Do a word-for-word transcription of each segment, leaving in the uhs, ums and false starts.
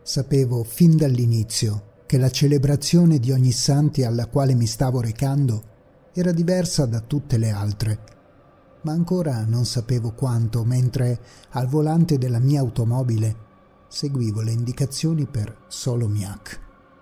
Sapevo fin dall'inizio che la celebrazione di Ognissanti alla quale mi stavo recando era diversa da tutte le altre, ma ancora non sapevo quanto mentre al volante della mia automobile seguivo le indicazioni per Solomiac.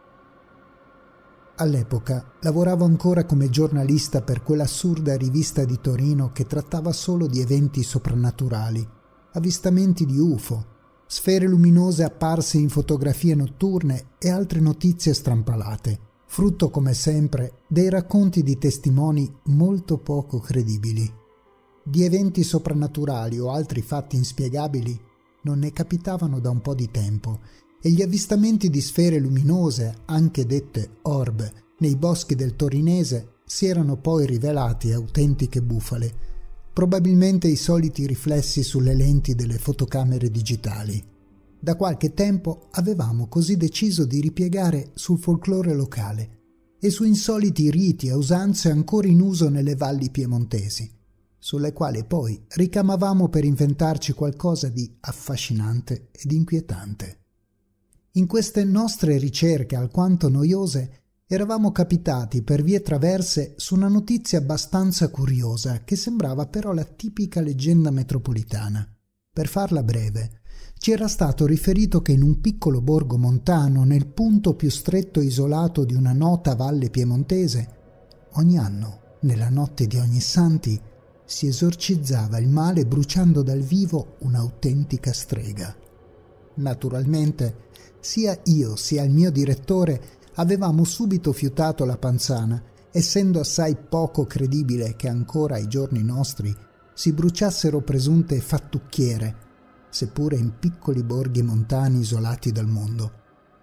All'epoca lavoravo ancora come giornalista per quell'assurda rivista di Torino che trattava solo di eventi soprannaturali, avvistamenti di U F O, sfere luminose apparse in fotografie notturne e altre notizie strampalate, frutto come sempre dei racconti di testimoni molto poco credibili. Di eventi soprannaturali o altri fatti inspiegabili non ne capitavano da un po' di tempo e gli avvistamenti di sfere luminose, anche dette orb, nei boschi del Torinese si erano poi rivelati autentiche bufale, probabilmente i soliti riflessi sulle lenti delle fotocamere digitali. Da qualche tempo avevamo così deciso di ripiegare sul folklore locale e su insoliti riti e usanze ancora in uso nelle valli piemontesi, sulle quali poi ricamavamo per inventarci qualcosa di affascinante ed inquietante. In queste nostre ricerche alquanto noiose eravamo capitati per vie traverse su una notizia abbastanza curiosa che sembrava però la tipica leggenda metropolitana. Per farla breve, ci era stato riferito che in un piccolo borgo montano, nel punto più stretto e isolato di una nota valle piemontese, ogni anno, nella notte di Ognissanti, si esorcizzava il male bruciando dal vivo un'autentica strega. Naturalmente, sia io sia il mio direttore avevamo subito fiutato la panzana, essendo assai poco credibile che ancora ai giorni nostri si bruciassero presunte fattucchiere, seppure in piccoli borghi montani isolati dal mondo.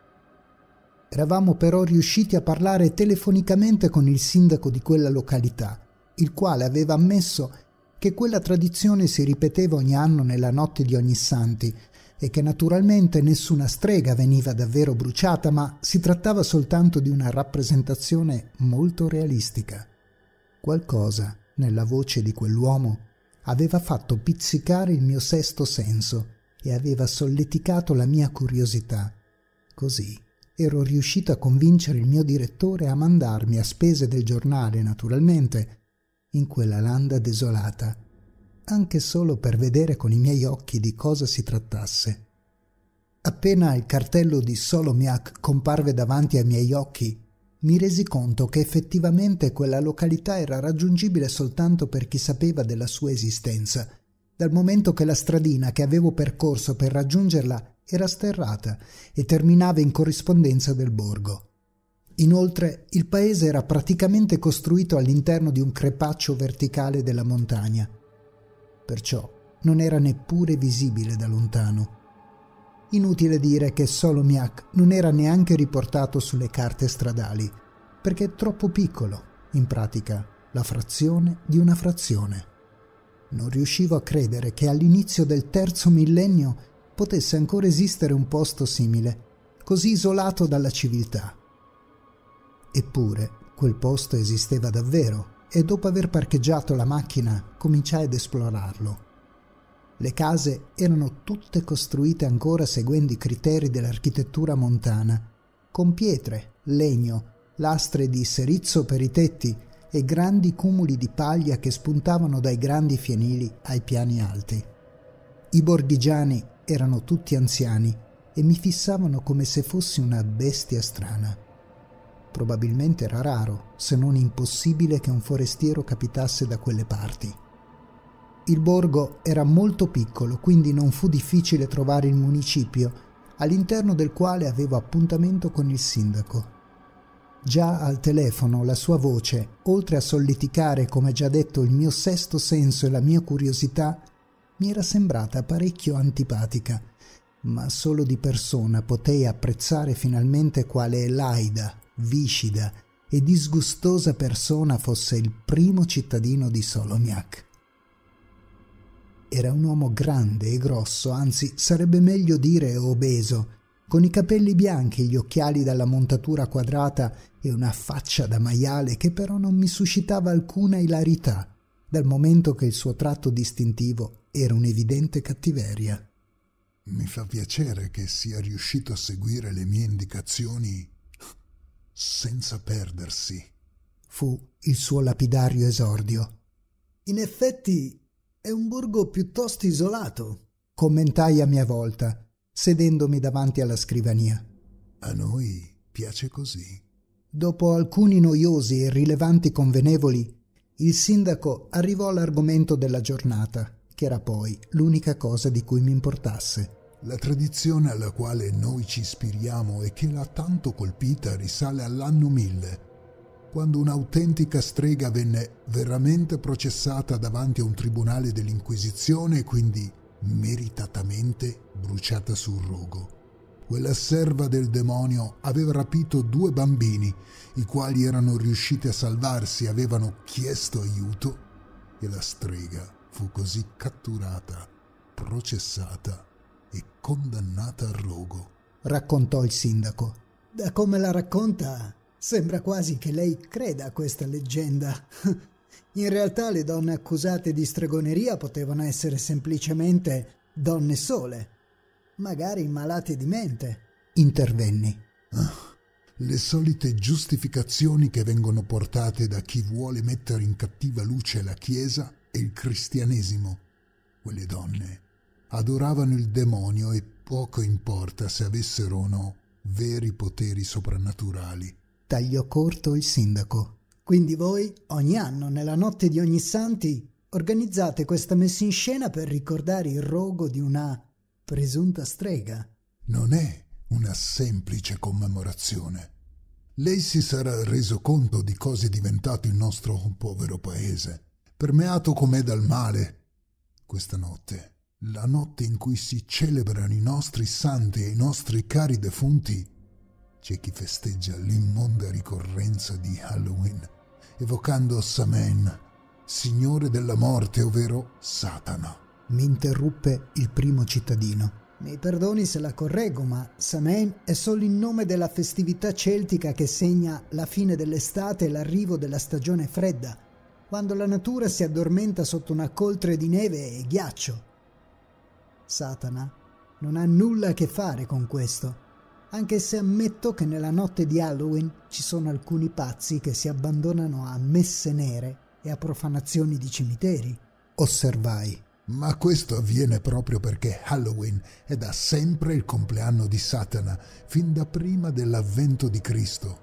Eravamo però riusciti a parlare telefonicamente con il sindaco di quella località, il quale aveva ammesso che quella tradizione si ripeteva ogni anno nella notte di Ognissanti e che naturalmente nessuna strega veniva davvero bruciata, ma si trattava soltanto di una rappresentazione molto realistica. Qualcosa nella voce di quell'uomo aveva fatto pizzicare il mio sesto senso e aveva solleticato la mia curiosità. Così ero riuscito a convincere il mio direttore a mandarmi a spese del giornale, naturalmente, in quella landa desolata, anche solo per vedere con i miei occhi di cosa si trattasse. Appena il cartello di Solomiac comparve davanti ai miei occhi, mi resi conto che effettivamente quella località era raggiungibile soltanto per chi sapeva della sua esistenza, dal momento che la stradina che avevo percorso per raggiungerla era sterrata e terminava in corrispondenza del borgo. Inoltre, il paese era praticamente costruito all'interno di un crepaccio verticale della montagna, perciò non era neppure visibile da lontano. Inutile dire che Solomiac non era neanche riportato sulle carte stradali, perché è troppo piccolo, in pratica la frazione di una frazione. Non riuscivo a credere che all'inizio del terzo millennio potesse ancora esistere un posto simile, così isolato dalla civiltà. Eppure quel posto esisteva davvero e dopo aver parcheggiato la macchina cominciai ad esplorarlo. Le case erano tutte costruite ancora seguendo i criteri dell'architettura montana, con pietre, legno, lastre di serizzo per i tetti e grandi cumuli di paglia che spuntavano dai grandi fienili ai piani alti. I borghigiani erano tutti anziani e mi fissavano come se fossi una bestia strana. Probabilmente era raro, se non impossibile, che un forestiero capitasse da quelle parti. Il borgo era molto piccolo, quindi non fu difficile trovare il municipio, all'interno del quale avevo appuntamento con il sindaco. Già al telefono la sua voce, oltre a solleticare, come già detto, il mio sesto senso e la mia curiosità, mi era sembrata parecchio antipatica, ma solo di persona potei apprezzare finalmente quale laida, viscida e disgustosa persona fosse il primo cittadino di Solomiac. Era un uomo grande e grosso, anzi sarebbe meglio dire obeso, con i capelli bianchi, gli occhiali dalla montatura quadrata e una faccia da maiale che però non mi suscitava alcuna ilarità, dal momento che il suo tratto distintivo era un'evidente cattiveria. Mi fa piacere che sia riuscito a seguire le mie indicazioni senza perdersi. Fu il suo lapidario esordio. In effetti è un borgo piuttosto isolato, commentai a mia volta, sedendomi davanti alla scrivania. A noi piace così. Dopo alcuni noiosi e rilevanti convenevoli, il sindaco arrivò all'argomento della giornata, che era poi l'unica cosa di cui mi importasse. La tradizione alla quale noi ci ispiriamo e che l'ha tanto colpita risale all'anno mille, quando un'autentica strega venne veramente processata davanti a un tribunale dell'Inquisizione e quindi meritatamente bruciata sul rogo. Quella serva del demonio aveva rapito due bambini, i quali erano riusciti a salvarsi e avevano chiesto aiuto, e la strega fu così catturata, processata e condannata al rogo, raccontò il sindaco. Da come la racconta, sembra quasi che lei creda a questa leggenda. In realtà le donne accusate di stregoneria potevano essere semplicemente donne sole, magari malate di mente. Intervenni. Ah, le solite giustificazioni che vengono portate da chi vuole mettere in cattiva luce la Chiesa e il cristianesimo. Quelle donne adoravano il demonio e poco importa se avessero o no veri poteri soprannaturali. Tagliò corto il sindaco. Quindi voi, ogni anno, nella notte di ogni santi, organizzate questa messa in scena per ricordare il rogo di una presunta strega? Non è una semplice commemorazione. Lei si sarà reso conto di cosa è diventato il nostro povero paese, permeato com'è dal male. Questa notte, la notte in cui si celebrano i nostri santi e i nostri cari defunti, c'è chi festeggia l'immonda ricorrenza di Halloween, evocando Samain, signore della morte, ovvero Satana. Mi interruppe il primo cittadino. Mi perdoni se la correggo, ma Samain è solo il nome della festività celtica che segna la fine dell'estate e l'arrivo della stagione fredda, quando la natura si addormenta sotto una coltre di neve e ghiaccio. Satana non ha nulla a che fare con questo, anche se ammetto che nella notte di Halloween ci sono alcuni pazzi che si abbandonano a messe nere e a profanazioni di cimiteri. Osservai. Ma questo avviene proprio perché Halloween è da sempre il compleanno di Satana, fin da prima dell'avvento di Cristo.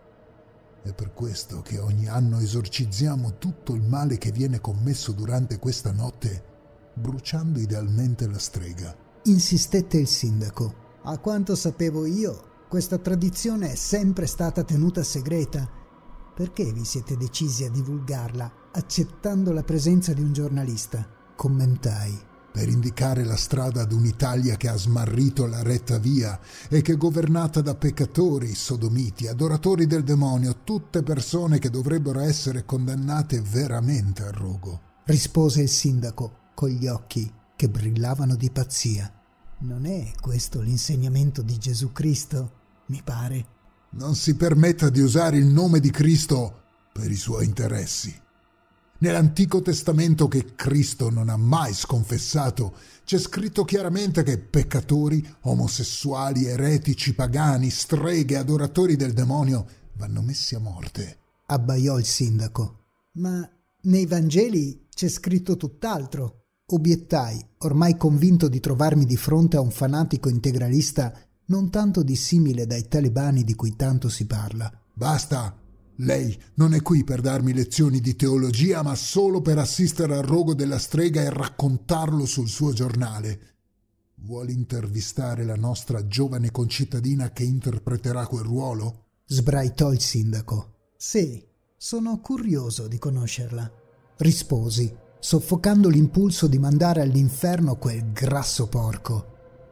È per questo che ogni anno esorcizziamo tutto il male che viene commesso durante questa notte, bruciando idealmente la strega. Insistette il sindaco. A quanto sapevo io, questa tradizione è sempre stata tenuta segreta. Perché vi siete decisi a divulgarla, accettando la presenza di un giornalista? Commentai. Per indicare la strada ad un'Italia che ha smarrito la retta via e che è governata da peccatori, sodomiti, adoratori del demonio, tutte persone che dovrebbero essere condannate veramente al rogo. Rispose il sindaco con gli occhi che brillavano di pazzia. Non è questo l'insegnamento di Gesù Cristo, mi pare. Non si permetta di usare il nome di Cristo per i suoi interessi. Nell'Antico Testamento, che Cristo non ha mai sconfessato, c'è scritto chiaramente che peccatori, omosessuali, eretici, pagani, streghe, adoratori del demonio vanno messi a morte. Abbaiò il sindaco. Ma nei Vangeli c'è scritto tutt'altro. Obiettai, ormai convinto di trovarmi di fronte a un fanatico integralista non tanto dissimile dai talebani di cui tanto si parla. Basta! Lei non è qui per darmi lezioni di teologia, ma solo per assistere al rogo della strega e raccontarlo sul suo giornale. Vuole intervistare la nostra giovane concittadina che interpreterà quel ruolo? Sbraitò il sindaco. Sì, sono curioso di conoscerla. Risposi, soffocando l'impulso di mandare all'inferno quel grasso porco.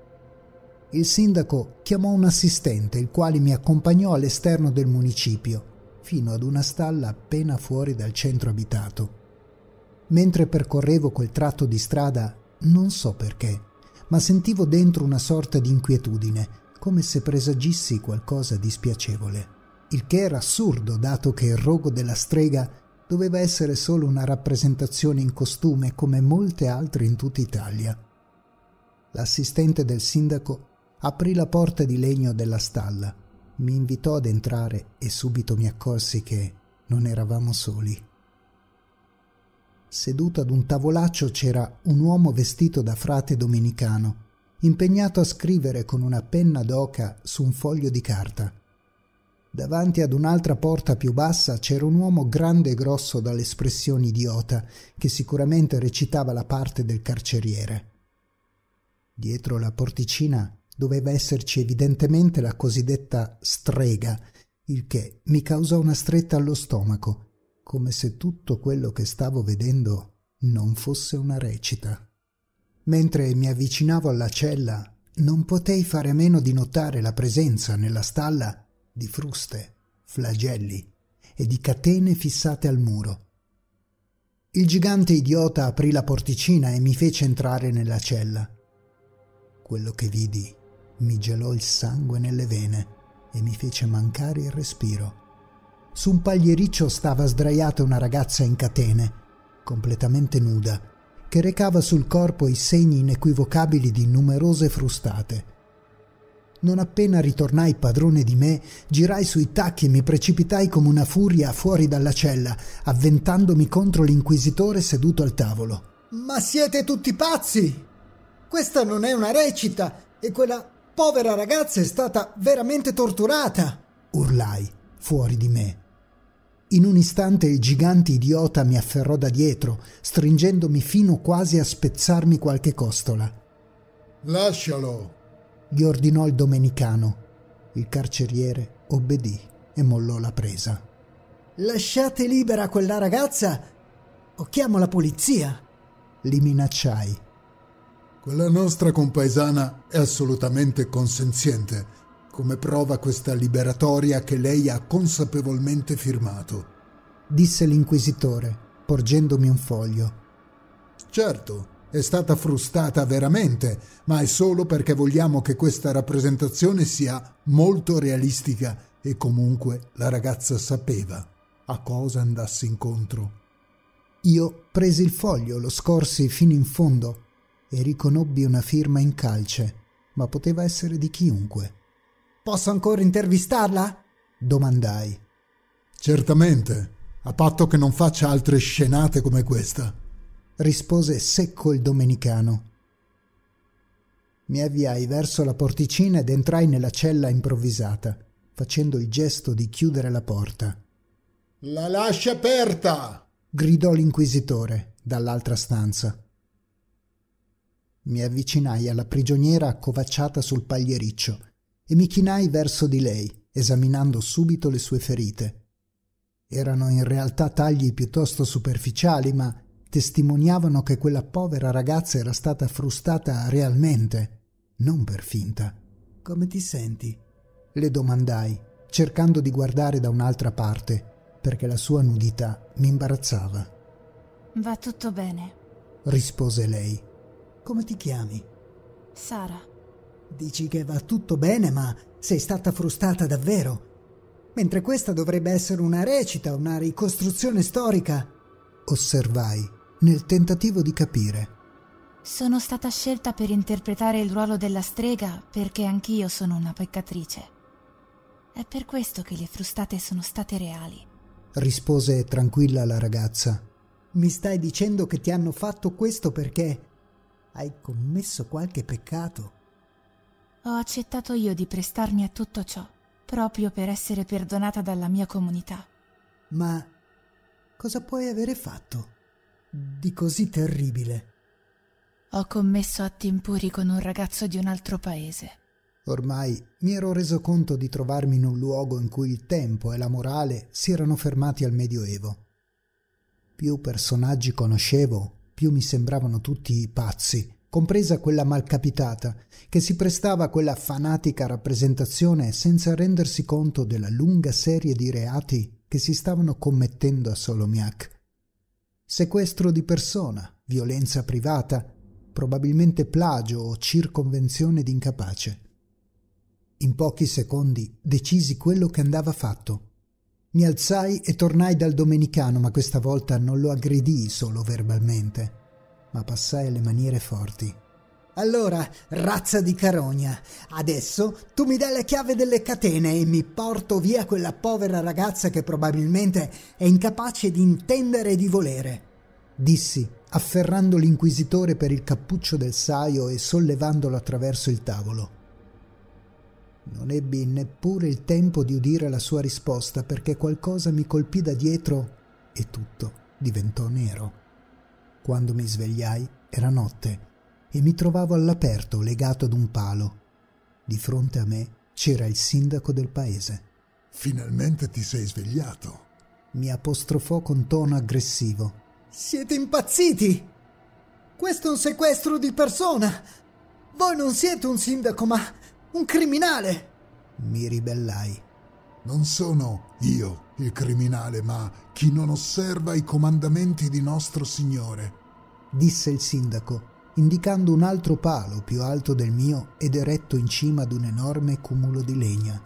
Il sindaco chiamò un assistente, il quale mi accompagnò all'esterno del municipio, fino ad una stalla appena fuori dal centro abitato. Mentre percorrevo quel tratto di strada, non so perché, ma sentivo dentro una sorta di inquietudine, come se presagissi qualcosa di spiacevole. Il che era assurdo, dato che il rogo della strega doveva essere solo una rappresentazione in costume come molte altre in tutta Italia. L'assistente del sindaco aprì la porta di legno della stalla, mi invitò ad entrare e subito mi accorsi che non eravamo soli. Seduto ad un tavolaccio c'era un uomo vestito da frate domenicano, impegnato a scrivere con una penna d'oca su un foglio di carta. Davanti ad un'altra porta più bassa c'era un uomo grande e grosso dall'espressione idiota, che sicuramente recitava la parte del carceriere. Dietro la porticina doveva esserci evidentemente la cosiddetta strega, il che mi causò una stretta allo stomaco, come se tutto quello che stavo vedendo non fosse una recita. Mentre mi avvicinavo alla cella, non potei fare a meno di notare la presenza nella stalla di fruste, flagelli e di catene fissate al muro. Il gigante idiota aprì la porticina e mi fece entrare nella cella. Quello che vidi mi gelò il sangue nelle vene e mi fece mancare il respiro. Su un pagliericcio stava sdraiata una ragazza in catene, completamente nuda, che recava sul corpo i segni inequivocabili di numerose frustate. Non appena ritornai padrone di me, girai sui tacchi e mi precipitai come una furia fuori dalla cella, avventandomi contro l'inquisitore seduto al tavolo. Ma siete tutti pazzi! Questa non è una recita e quella povera ragazza è stata veramente torturata! Urlai fuori di me. In un istante il gigante idiota mi afferrò da dietro, stringendomi fino quasi a spezzarmi qualche costola. Lascialo! Gli ordinò il domenicano. Il carceriere obbedì e mollò la presa. Lasciate libera quella ragazza o chiamo la polizia! Li minacciai. Quella nostra compaesana è assolutamente consenziente, come prova questa liberatoria che lei ha consapevolmente firmato, disse l'inquisitore, porgendomi un foglio. Certo, è stata frustata veramente, ma è solo perché vogliamo che questa rappresentazione sia molto realistica e comunque la ragazza sapeva a cosa andasse incontro. Io presi il foglio, lo scorsi fino in fondo e riconobbi una firma in calce, ma poteva essere di chiunque. Posso ancora intervistarla? Domandai. Certamente, a patto che non faccia altre scenate come questa, rispose secco il domenicano. Mi avviai verso la porticina ed entrai nella cella improvvisata, facendo il gesto di chiudere la porta. La lasci aperta! Gridò l'inquisitore dall'altra stanza. Mi avvicinai alla prigioniera accovacciata sul pagliericcio e mi chinai verso di lei, esaminando subito le sue ferite. Erano in realtà tagli piuttosto superficiali, ma testimoniavano che quella povera ragazza era stata frustata realmente, non per finta. Come ti senti? Le domandai, cercando di guardare da un'altra parte, perché la sua nudità mi imbarazzava. Va tutto bene, rispose lei. Come ti chiami? Sara. Dici che va tutto bene, ma sei stata frustata davvero. Mentre questa dovrebbe essere una recita, una ricostruzione storica. Osservai, nel tentativo di capire. Sono stata scelta per interpretare il ruolo della strega perché anch'io sono una peccatrice. È per questo che le frustate sono state reali. Rispose tranquilla la ragazza. Mi stai dicendo che ti hanno fatto questo perché hai commesso qualche peccato? Ho accettato io di prestarmi a tutto ciò, proprio per essere perdonata dalla mia comunità. Ma cosa puoi avere fatto di così terribile? Ho commesso atti impuri con un ragazzo di un altro paese. Ormai mi ero reso conto di trovarmi in un luogo in cui il tempo e la morale si erano fermati al Medioevo. Più personaggi conoscevo, più mi sembravano tutti pazzi, compresa quella malcapitata, che si prestava a quella fanatica rappresentazione senza rendersi conto della lunga serie di reati che si stavano commettendo a Solomiac. Sequestro di persona, violenza privata, probabilmente plagio o circonvenzione d'incapace. In pochi secondi decisi quello che andava fatto. Mi alzai e tornai dal domenicano, ma questa volta non lo aggredii solo verbalmente, ma passai alle maniere forti. Allora, razza di carogna, adesso tu mi dai la chiave delle catene e mi porto via quella povera ragazza che probabilmente è incapace di intendere e di volere, dissi, afferrando l'inquisitore per il cappuccio del saio e sollevandolo attraverso il tavolo. Non ebbi neppure il tempo di udire la sua risposta perché qualcosa mi colpì da dietro e tutto diventò nero. Quando mi svegliai era notte e mi trovavo all'aperto legato ad un palo. Di fronte a me c'era il sindaco del paese. Finalmente ti sei svegliato, mi apostrofò con tono aggressivo. Siete impazziti! Questo è un sequestro di persona! Voi non siete un sindaco, ma un criminale! Mi ribellai. Non sono io il criminale, ma chi non osserva i comandamenti di nostro Signore, disse il sindaco, indicando un altro palo più alto del mio ed eretto in cima ad un enorme cumulo di legna.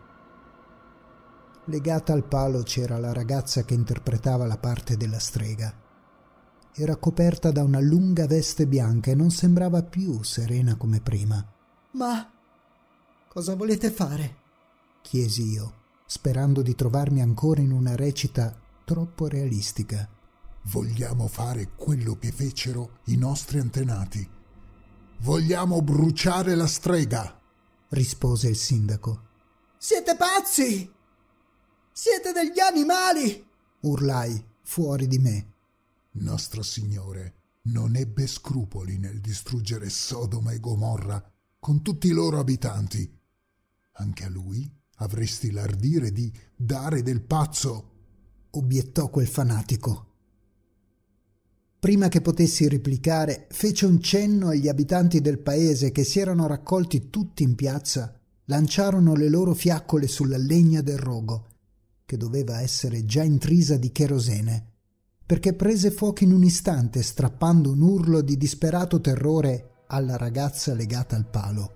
Legata al palo c'era la ragazza che interpretava la parte della strega. Era coperta da una lunga veste bianca e non sembrava più serena come prima. Ma cosa volete fare? Chiesi io, sperando di trovarmi ancora in una recita troppo realistica. Vogliamo fare quello che fecero i nostri antenati. Vogliamo bruciare la strega, rispose il sindaco. Siete pazzi! Siete degli animali! Urlai fuori di me. Nostro Signore non ebbe scrupoli nel distruggere Sodoma e Gomorra con tutti i loro abitanti. Anche a lui avresti l'ardire di dare del pazzo, obiettò quel fanatico. Prima che potessi replicare, fece un cenno agli abitanti del paese che si erano raccolti tutti in piazza, lanciarono le loro fiaccole sulla legna del rogo, che doveva essere già intrisa di cherosene, perché prese fuoco in un istante, strappando un urlo di disperato terrore alla ragazza legata al palo.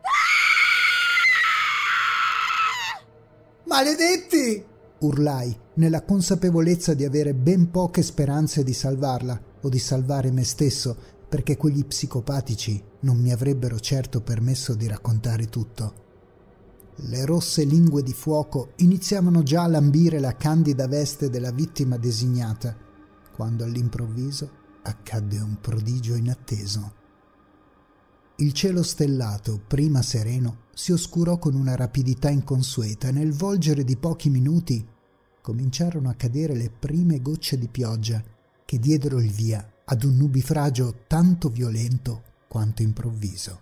Maledetti! Urlai, nella consapevolezza di avere ben poche speranze di salvarla o di salvare me stesso, perché quegli psicopatici non mi avrebbero certo permesso di raccontare tutto. Le rosse lingue di fuoco iniziavano già a lambire la candida veste della vittima designata, quando all'improvviso accadde un prodigio inatteso. Il cielo stellato, prima sereno, si oscurò con una rapidità inconsueta e nel volgere di pochi minuti cominciarono a cadere le prime gocce di pioggia che diedero il via ad un nubifragio tanto violento quanto improvviso.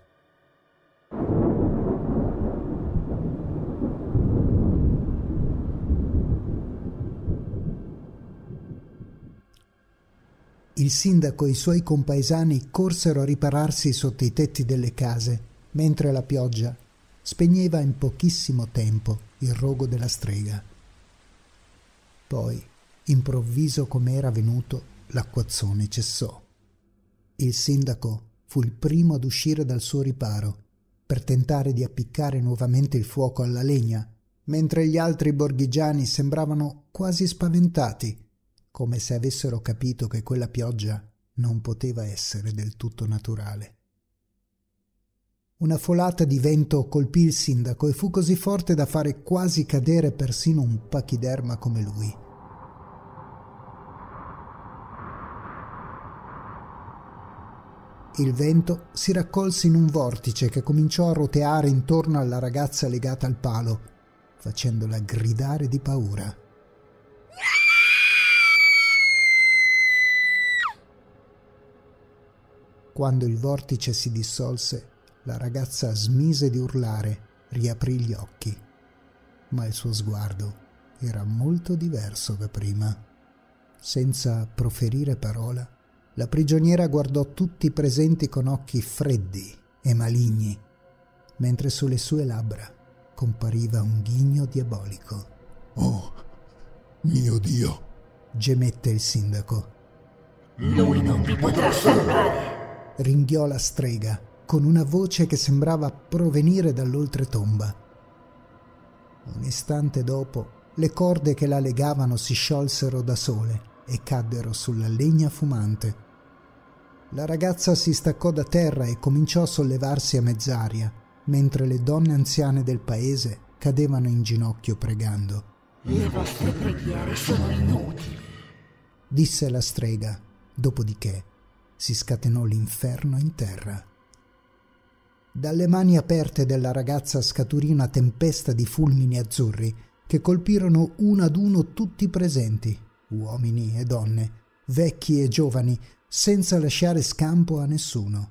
Il sindaco e i suoi compaesani corsero a ripararsi sotto i tetti delle case, mentre la pioggia spegneva in pochissimo tempo il rogo della strega. Poi, improvviso come era venuto, l'acquazzone cessò. Il sindaco fu il primo ad uscire dal suo riparo per tentare di appiccare nuovamente il fuoco alla legna, mentre gli altri borghigiani sembravano quasi spaventati, come se avessero capito che quella pioggia non poteva essere del tutto naturale. Una folata di vento colpì il sindaco e fu così forte da fare quasi cadere persino un pachiderma come lui. Il vento si raccolse in un vortice che cominciò a roteare intorno alla ragazza legata al palo, facendola gridare di paura. Quando il vortice si dissolse, la ragazza smise di urlare, riaprì gli occhi, ma il suo sguardo era molto diverso da prima. Senza proferire parola, la prigioniera guardò tutti i presenti con occhi freddi e maligni, mentre sulle sue labbra compariva un ghigno diabolico. «Oh, mio Dio!» gemette il sindaco. «Lui non vi potrà salvare!» ringhiò la strega, con una voce che sembrava provenire dall'oltretomba. Un istante dopo, le corde che la legavano si sciolsero da sole e caddero sulla legna fumante. La ragazza si staccò da terra e cominciò a sollevarsi a mezz'aria, mentre le donne anziane del paese cadevano in ginocchio pregando. Le vostre preghiere sono inutili, disse la strega, dopodiché si scatenò l'inferno in terra. Dalle mani aperte della ragazza scaturì una tempesta di fulmini azzurri che colpirono uno ad uno tutti i presenti, uomini e donne, vecchi e giovani, senza lasciare scampo a nessuno.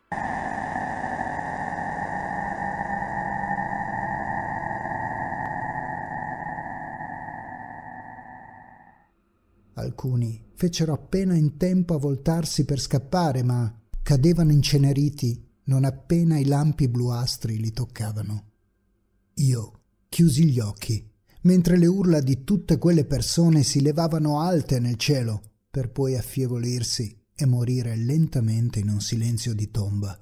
Alcuni fecero appena in tempo a voltarsi per scappare, ma cadevano inceneriti non appena i lampi bluastri li toccavano. Io chiusi gli occhi, mentre le urla di tutte quelle persone si levavano alte nel cielo, per poi affievolirsi e morire lentamente in un silenzio di tomba.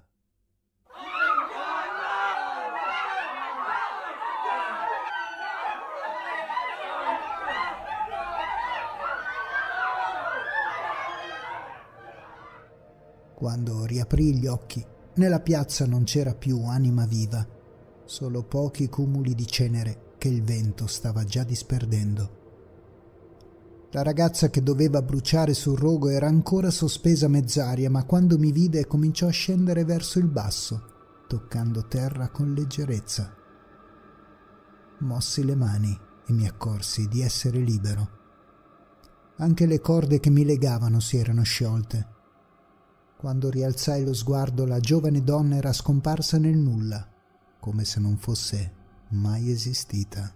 Quando riaprì gli occhi, nella piazza non c'era più anima viva, solo pochi cumuli di cenere che il vento stava già disperdendo. La ragazza che doveva bruciare sul rogo era ancora sospesa a mezz'aria, ma quando mi vide cominciò a scendere verso il basso, toccando terra con leggerezza. Mossi le mani e mi accorsi di essere libero. Anche le corde che mi legavano si erano sciolte. Quando rialzai lo sguardo, la giovane donna era scomparsa nel nulla, come se non fosse mai esistita.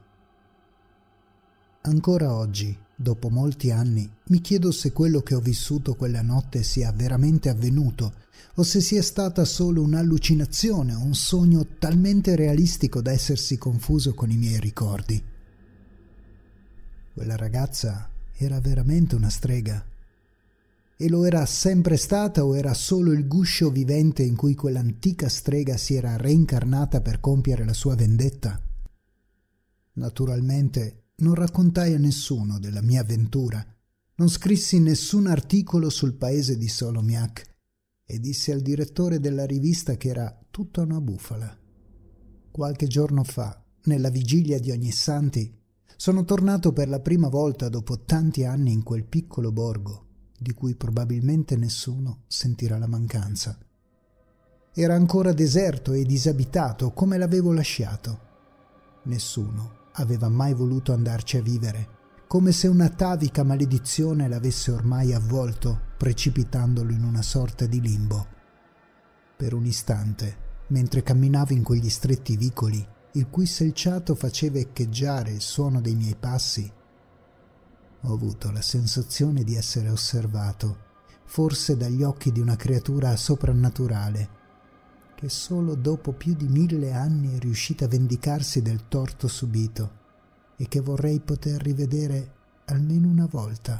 Ancora oggi, dopo molti anni, mi chiedo se quello che ho vissuto quella notte sia veramente avvenuto o se sia stata solo un'allucinazione o un sogno talmente realistico da essersi confuso con i miei ricordi. Quella ragazza era veramente una strega. E lo era sempre stata o era solo il guscio vivente in cui quell'antica strega si era reincarnata per compiere la sua vendetta? Naturalmente non raccontai a nessuno della mia avventura, non scrissi nessun articolo sul paese di Solomiac e dissi al direttore della rivista che era tutta una bufala. Qualche giorno fa, nella vigilia di Ognissanti, sono tornato per la prima volta dopo tanti anni in quel piccolo borgo, di cui probabilmente nessuno sentirà la mancanza. Era ancora deserto e disabitato come l'avevo lasciato. Nessuno aveva mai voluto andarci a vivere, come se un'atavica maledizione l'avesse ormai avvolto, precipitandolo in una sorta di limbo. Per un istante, mentre camminavo in quegli stretti vicoli, il cui selciato faceva echeggiare il suono dei miei passi, ho avuto la sensazione di essere osservato, forse dagli occhi di una creatura soprannaturale, che solo dopo più di mille anni è riuscita a vendicarsi del torto subito e che vorrei poter rivedere almeno una volta,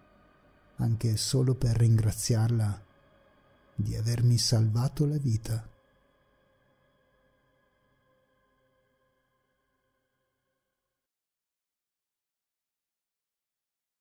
anche solo per ringraziarla di avermi salvato la vita.